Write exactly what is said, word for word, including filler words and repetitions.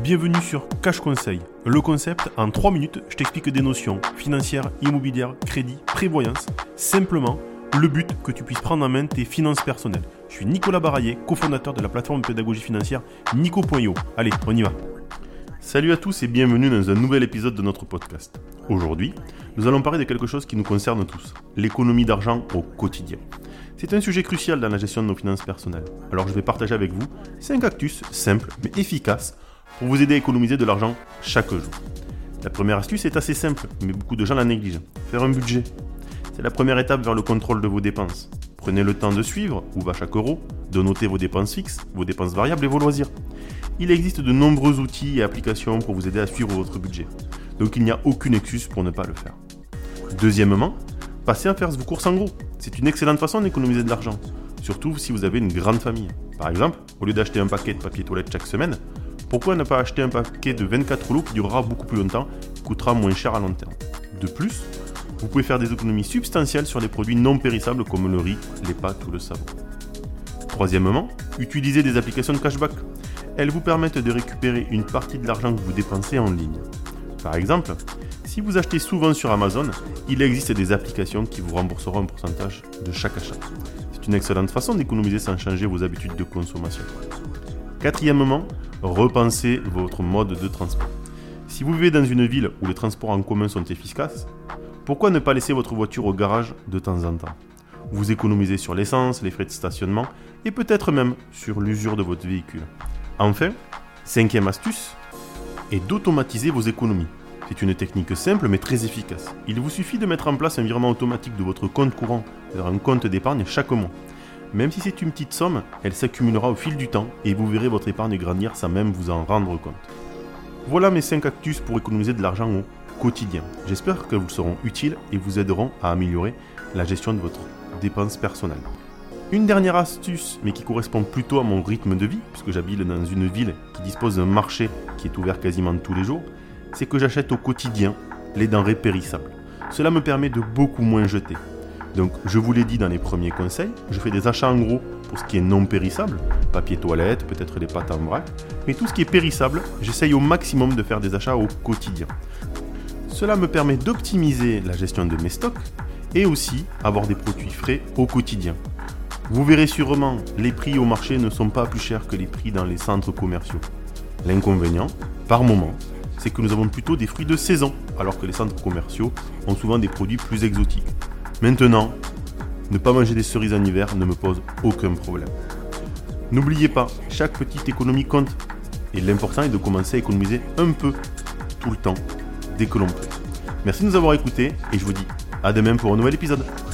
Bienvenue sur Cash Conseil. Le concept, en trois minutes, je t'explique des notions financières, immobilières, crédit, prévoyance. Simplement, le but que tu puisses prendre en main tes finances personnelles. Je suis Nicolas Baraillet, cofondateur de la plateforme de pédagogie financière Nico point io. Allez, on y va. Salut à tous et bienvenue dans un nouvel épisode de notre podcast. Aujourd'hui, nous allons parler de quelque chose qui nous concerne tous, l'économie d'argent au quotidien. C'est un sujet crucial dans la gestion de nos finances personnelles. Alors je vais partager avec vous cinq astuces simples mais efficaces pour vous aider à économiser de l'argent chaque jour. La première astuce est assez simple, mais beaucoup de gens la négligent. Faire un budget. C'est la première étape vers le contrôle de vos dépenses. Prenez le temps de suivre où va chaque euro, de noter vos dépenses fixes, vos dépenses variables et vos loisirs. Il existe de nombreux outils et applications pour vous aider à suivre votre budget. Donc il n'y a aucune excuse pour ne pas le faire. Deuxièmement, passez à faire vos courses en gros. C'est une excellente façon d'économiser de l'argent, surtout si vous avez une grande famille. Par exemple, au lieu d'acheter un paquet de papier toilette chaque semaine, pourquoi ne pas acheter un paquet de vingt-quatre rouleaux qui durera beaucoup plus longtemps et coûtera moins cher à long terme. De plus, vous pouvez faire des économies substantielles sur les produits non périssables comme le riz, les pâtes ou le savon. Troisièmement, utilisez des applications de cashback. Elles vous permettent de récupérer une partie de l'argent que vous dépensez en ligne. Par exemple, si vous achetez souvent sur Amazon, il existe des applications qui vous rembourseront un pourcentage de chaque achat. C'est une excellente façon d'économiser sans changer vos habitudes de consommation. Quatrièmement, repensez votre mode de transport. Si vous vivez dans une ville où les transports en commun sont efficaces, pourquoi ne pas laisser votre voiture au garage de temps en temps ? Vous économisez sur l'essence, les frais de stationnement et peut-être même sur l'usure de votre véhicule. Enfin, cinquième astuce est d'automatiser vos économies. C'est une technique simple mais très efficace. Il vous suffit de mettre en place un virement automatique de votre compte courant vers un compte d'épargne chaque mois. Même si c'est une petite somme, elle s'accumulera au fil du temps et vous verrez votre épargne grandir sans même vous en rendre compte. Voilà mes cinq astuces pour économiser de l'argent au quotidien. J'espère que vous seront utiles et vous aideront à améliorer la gestion de votre dépense personnelle. Une dernière astuce, mais qui correspond plutôt à mon rythme de vie, puisque j'habite dans une ville qui dispose d'un marché qui est ouvert quasiment tous les jours, c'est que j'achète au quotidien les denrées périssables. Cela me permet de beaucoup moins jeter. Donc, je vous l'ai dit dans les premiers conseils, je fais des achats en gros pour ce qui est non périssable, papier toilette, peut-être les pâtes en vrac, mais tout ce qui est périssable, j'essaye au maximum de faire des achats au quotidien. Cela me permet d'optimiser la gestion de mes stocks et aussi avoir des produits frais au quotidien. Vous verrez sûrement, les prix au marché ne sont pas plus chers que les prix dans les centres commerciaux. L'inconvénient, par moment, c'est que nous avons plutôt des fruits de saison, alors que les centres commerciaux ont souvent des produits plus exotiques. Maintenant, ne pas manger des cerises en hiver ne me pose aucun problème. N'oubliez pas, chaque petite économie compte. Et l'important est de commencer à économiser un peu, tout le temps, dès que l'on peut. Merci de nous avoir écoutés et je vous dis à demain pour un nouvel épisode.